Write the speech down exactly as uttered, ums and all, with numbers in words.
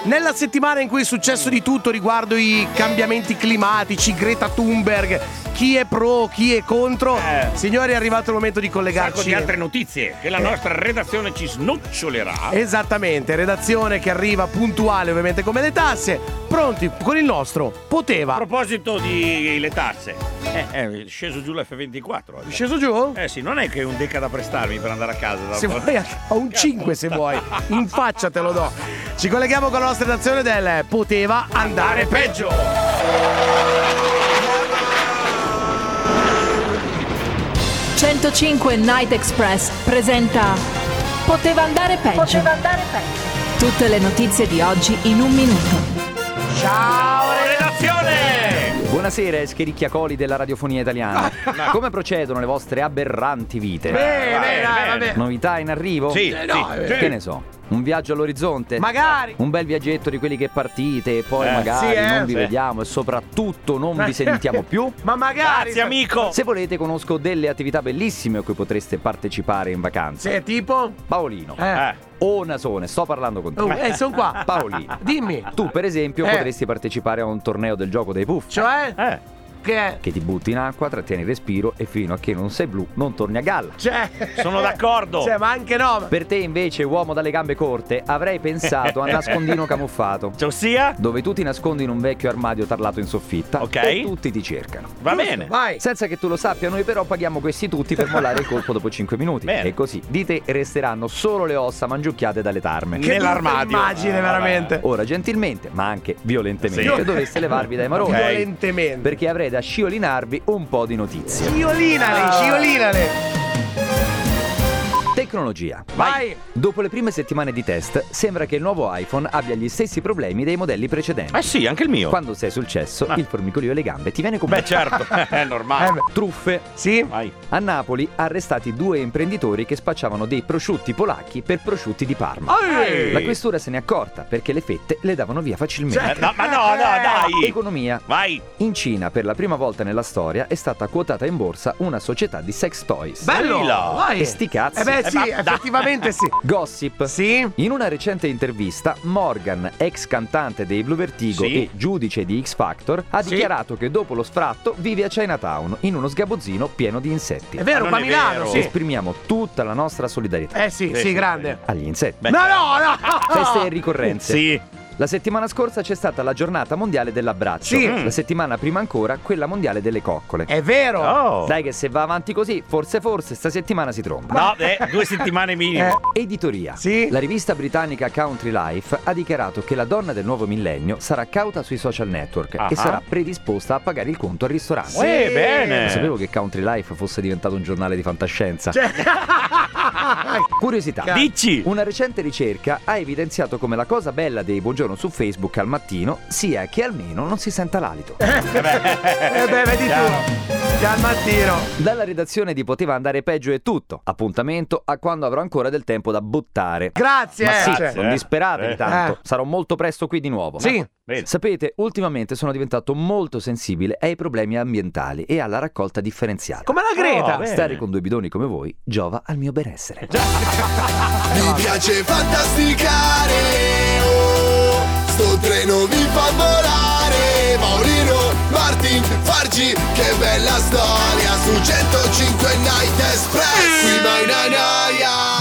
Nella settimana in cui è successo di tutto riguardo i cambiamenti climatici, Greta Thunberg, chi è pro, chi è contro, eh. signori, è arrivato il momento di collegarci. Sacco di altre notizie che la eh. nostra redazione ci snocciolerà. Esattamente, redazione che arriva puntuale ovviamente come le tasse, pronti con il nostro Poteva. A proposito di le tasse, eh, è sceso giù l'F ventiquattro. È sceso giù? Eh sì, non è che un deca da prestarmi per andare a casa. Da Se vuoi, ho un cinque se vuoi, in faccia te lo do. Ci colleghiamo con la nostra redazione del Poteva andare peggio. centocinque Night Express presenta Poteva andare peggio. Poteva andare peggio. Tutte le notizie di oggi in un minuto. Ciao redazione! Buonasera, eschericchiacoli della radiofonia italiana. Come procedono le vostre aberranti vite? Bene, bene, vabbè. Novità in arrivo? Sì, Eh, no, sì, eh. sì. Che ne so? Un viaggio all'orizzonte? Magari. Un bel viaggetto di quelli che partite e poi Eh, magari sì, eh, non vi sì. vediamo e soprattutto non vi sentiamo più? Ma magari. Grazie amico. Se volete conosco delle attività bellissime a cui potreste partecipare in vacanza. Sì, tipo? Paolino. Eh. Eh. O Nasone, sto parlando con te. Oh, eh, sono qua. Paolino. Dimmi. Tu per esempio Eh. potresti partecipare a un torneo del gioco dei puff. Cioè? Eh. Che è? Che ti butti in acqua, trattieni il respiro e fino a che non sei blu non torni a galla. Cioè. Sono d'accordo. Cioè, ma anche no. Per te invece, uomo dalle gambe corte, avrei pensato a nascondino camuffato, Cioè, ossia? dove tu ti nascondi in un vecchio armadio tarlato in soffitta Ok. e tutti ti cercano. Va bene. Vai. Senza che tu lo sappia, noi però paghiamo questi tutti per mollare il colpo dopo cinque minuti. Bene. E così di te resteranno solo le ossa mangiucchiate dalle tarme. Che Nell'armadio. immagine, Eh, veramente. Ora, gentilmente, ma anche violentemente, Sì. dovreste levarvi dai maroni. Ok. Violentemente. Perché avrei da sciolinarvi un po' di notizie. Sciolinale, sciolinale. Tecnologia. Vai. Dopo le prime settimane di test, sembra che il nuovo iPhone abbia gli stessi problemi dei modelli precedenti. Eh sì, anche il mio. Quando sei sul cesso, Ah. il formicolio alle gambe ti viene Beh, complicato. certo, è normale. Eh, beh. Truffe. Sì. Vai. A Napoli arrestati due imprenditori che spacciavano dei prosciutti polacchi per prosciutti di Parma. Ehi. La questura se n'è accorta perché le fette le davano via facilmente. Eh, no, ma no, no, dai. Economia. Vai. In Cina, per la prima volta nella storia, è stata quotata in borsa una società di sex toys. Bello. Lila. Vai. E sti cazzi. Eh beh, Eh, sì, ma- effettivamente sì. Gossip. Sì. In una recente intervista, Morgan, ex cantante dei Blue Vertigo Sì. e giudice di X Factor, ha Sì. dichiarato che dopo lo sfratto vive a Chinatown in uno sgabuzzino pieno di insetti. È vero, Ma qua a non è Milano, vero. sì. Esprimiamo tutta la nostra solidarietà Eh sì, Sì, sì, sì, grande. agli insetti. Beh, No, no, no. Feste e ricorrenze. Sì. La settimana scorsa c'è stata la giornata mondiale dell'abbraccio. Sì. La settimana prima ancora quella mondiale delle coccole. È vero. Oh. Dai che se va avanti così, forse forse sta settimana si tromba. No, eh, due settimane minimo. Eh. Editoria. Sì. La rivista britannica Country Life ha dichiarato che la donna del nuovo millennio sarà cauta sui social network Ah. e sarà predisposta a pagare il conto al ristorante. Sì. Eh, bene. Non sapevo che Country Life fosse diventato un giornale di fantascienza. Cioè. Curiosità. Dici. Una recente ricerca ha evidenziato come la cosa bella dei buongiorno su Facebook al mattino sia che almeno non si senta l'alito. Eh beh, vedi tu. Che al mattino. Dalla redazione di Poteva andare peggio è tutto. Appuntamento a quando avrò ancora del tempo da buttare. Grazie. Ma eh. sì, Cioè. non disperatevi Eh. tanto. Eh. Sarò molto presto qui di nuovo. Sì. Vedi. Sapete, ultimamente sono diventato molto sensibile ai problemi ambientali e alla raccolta differenziata. Come la Greta. Oh, beh. Stare con due bidoni come voi giova al mio benessere. Mi piace fantasticare, oh, sto treno mi fa volare. Paolino, Martin, Fargi, che bella storia su centocinque Night Express. Qui mai una noia.